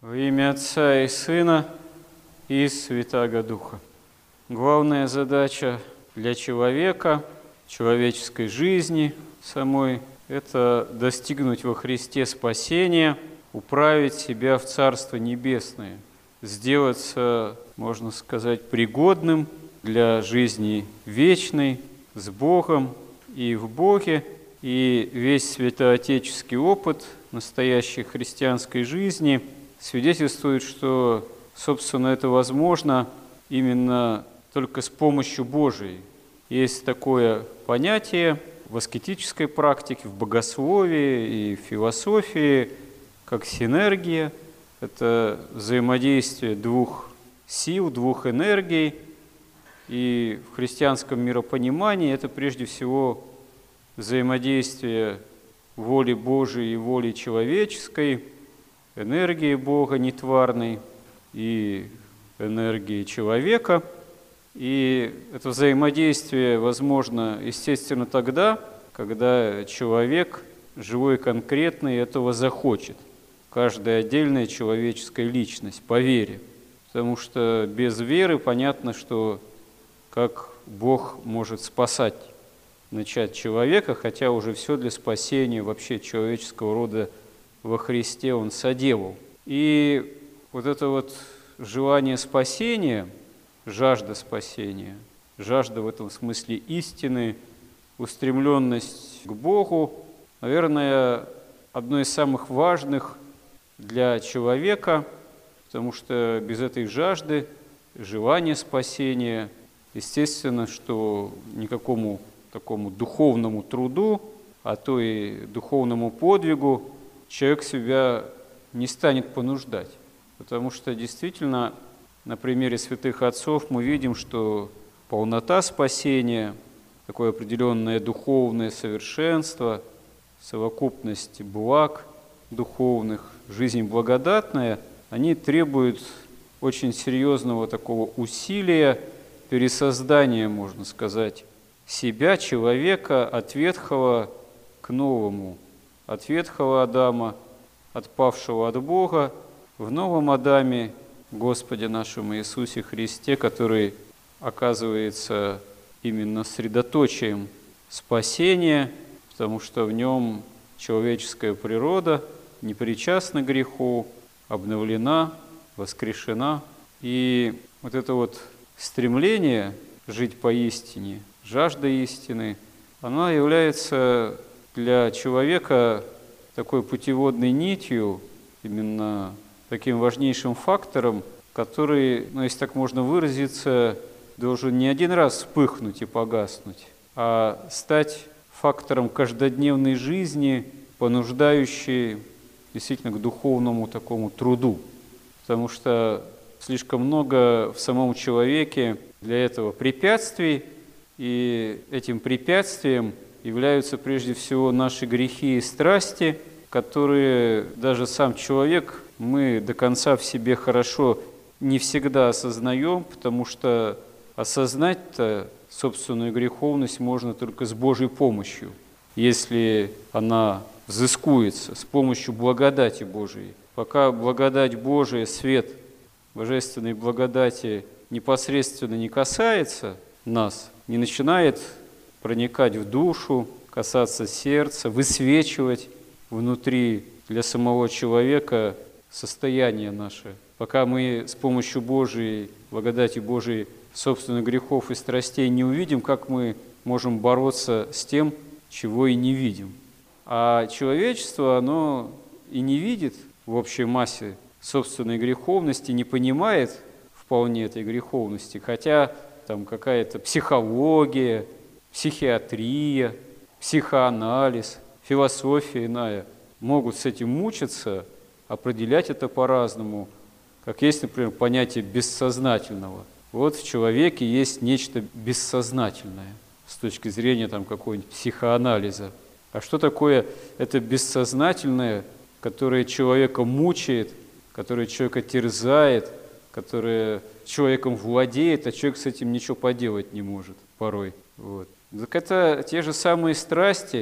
Во имя Отца и Сына и Святаго Духа. Главная задача для человека, человеческой жизни самой, это достигнуть во Христе спасения, управить себя в Царство Небесное, сделаться, можно сказать, пригодным для жизни вечной, с Богом и в Боге. И весь святоотеческий опыт настоящей христианской жизни свидетельствует, что, собственно, это возможно именно только с помощью Божией. Есть такое понятие в аскетической практике, в богословии и в философии, как синергия. Это взаимодействие двух сил, двух энергий. И в христианском миропонимании это прежде всего взаимодействие воли Божией и воли человеческой, энергии Бога нетварной и энергии человека. И это взаимодействие возможно, естественно, тогда, когда человек, живой и конкретный, этого захочет. Каждая отдельная человеческая личность по вере. Потому что без веры понятно, что как Бог может спасать, начать человека, хотя уже все для спасения вообще человеческого рода во Христе Он соделал. И вот это вот желание спасения, жажда спасения, жажда в этом смысле истины, устремленность к Богу, наверное, одно из самых важных для человека, потому что без этой жажды, желания спасения, естественно, что никакому такому духовному труду, а то и духовному подвигу человек себя не станет понуждать. Потому что действительно на примере святых отцов мы видим, что полнота спасения, такое определенное духовное совершенство, совокупность благ духовных, жизнь благодатная, они требуют очень серьезного такого усилия, пересоздания, можно сказать, себя, человека, от ветхого к новому, от ветхого Адама, отпавшего от Бога, в новом Адаме, Господе нашем Иисусе Христе, который оказывается именно средоточием спасения, потому что в нем человеческая природа не причастна к греху, обновлена, воскрешена. И вот это вот стремление жить поистине, жажда истины, она является для человека такой путеводной нитью, именно таким важнейшим фактором, который, если так можно выразиться, должен не один раз вспыхнуть и погаснуть, а стать фактором каждодневной жизни, понуждающей действительно к духовному такому труду. Потому что слишком много в самом человеке для этого препятствий, и этим препятствием являются прежде всего наши грехи и страсти, которые даже сам человек, мы до конца в себе хорошо не всегда осознаем, потому что осознать-то собственную греховность можно только с Божьей помощью, если она взыскуется с помощью благодати Божией. Пока благодать Божия, свет божественной благодати непосредственно не касается нас, не начинает проникать в душу, касаться сердца, высвечивать внутри для самого человека состояние наше. Пока мы с помощью Божией, благодати Божией, собственных грехов и страстей не увидим, как мы можем бороться с тем, чего и не видим. А человечество, оно и не видит в общей массе собственной греховности, не понимает вполне этой греховности, хотя там какая-то психология, психиатрия, психоанализ, философия иная могут с этим мучиться, определять это по-разному, как есть, например, понятие бессознательного. Вот в человеке есть нечто бессознательное с точки зрения какого-нибудь психоанализа. А что такое это бессознательное, которое человека мучает, которое человека терзает, которое человеком владеет, а человек с этим ничего поделать не может порой. Вот. Так это те же самые страсти,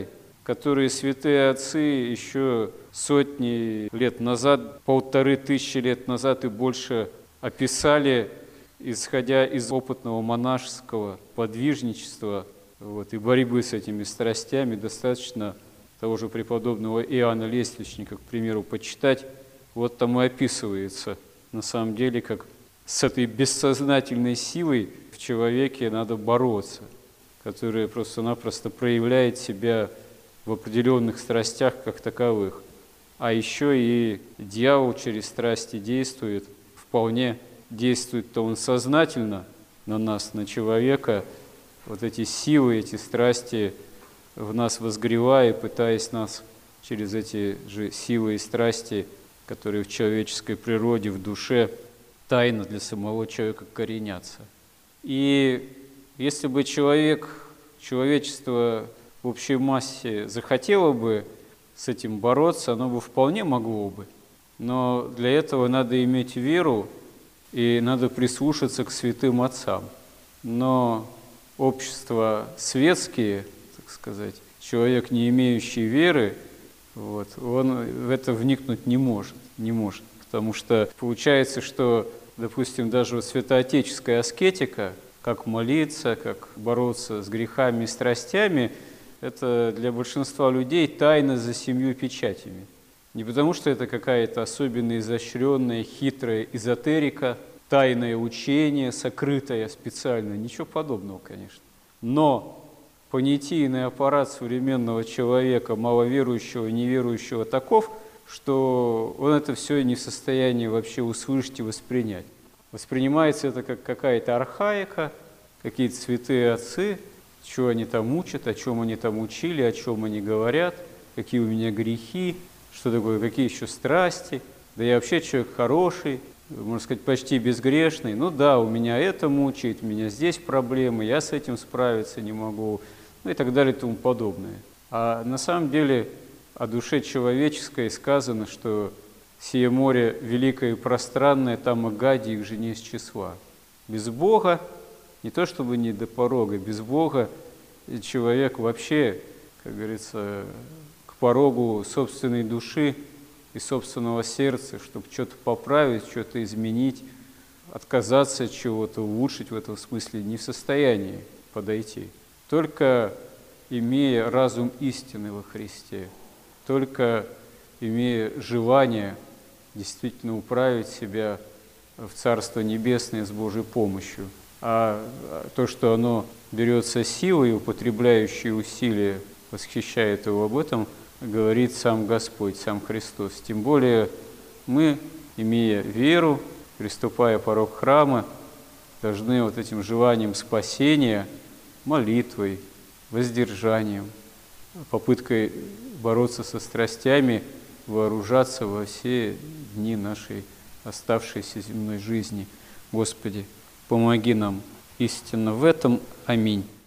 которые святые отцы еще сотни лет назад, 1500 лет назад и больше описали, исходя из опытного монашеского подвижничества и борьбы с этими страстями. Достаточно того же преподобного Иоанна Лествичника, к примеру, почитать. Вот там и описывается, на самом деле, как с этой бессознательной силой в человеке надо бороться, которая просто-напросто проявляет себя в определенных страстях как таковых. А еще и дьявол через страсти действует, вполне действует-то он сознательно на нас, на человека, вот эти силы, эти страсти в нас возгревая, пытаясь нас через эти же силы и страсти, которые в человеческой природе, в душе, тайно для самого человека коренятся. И если бы человечество в общей массе захотело бы с этим бороться, оно бы вполне могло бы. Но для этого надо иметь веру и надо прислушаться к святым отцам. Но общества светские, так сказать, человек, не имеющий веры, он в это вникнуть не может. Потому что получается, что, допустим, даже святоотеческая аскетика, как молиться, как бороться с грехами и страстями, это для большинства людей тайна за 7 печатями. Не потому, что это какая-то особенно изощренная, хитрая эзотерика, тайное учение, сокрытое специально, ничего подобного, конечно. Но понятийный аппарат современного человека, маловерующего, неверующего, таков, что он это все не в состоянии вообще услышать и воспринять. Воспринимается это как какая-то архаика, какие-то святые отцы, что они там учат, о чем они там учили, о чем они говорят, какие у меня грехи, что такое, какие еще страсти. Да я вообще человек хороший, можно сказать, почти безгрешный. Ну да, у меня это мучает, у меня здесь проблемы, я с этим справиться не могу, и так далее и тому подобное. А на самом деле о душе человеческой сказано, что «сие море великое и пространное, там и гади их же не из числа». Без Бога, не то чтобы не до порога, без Бога человек вообще, как говорится, к порогу собственной души и собственного сердца, чтобы что-то поправить, что-то изменить, отказаться от чего-то, улучшить в этом смысле, не в состоянии подойти. Только имея разум истины во Христе, только имея желание действительно управить себя в Царство Небесное с Божьей помощью. А то, что оно берется силой, употребляющей усилия, восхищает его, об этом говорит сам Господь, сам Христос. Тем более мы, имея веру, приступая порог храма, должны вот этим желанием спасения, молитвой, воздержанием, попыткой бороться со страстями, вооружаться во все дни нашей оставшейся земной жизни. Господи, помоги нам истинно в этом. Аминь.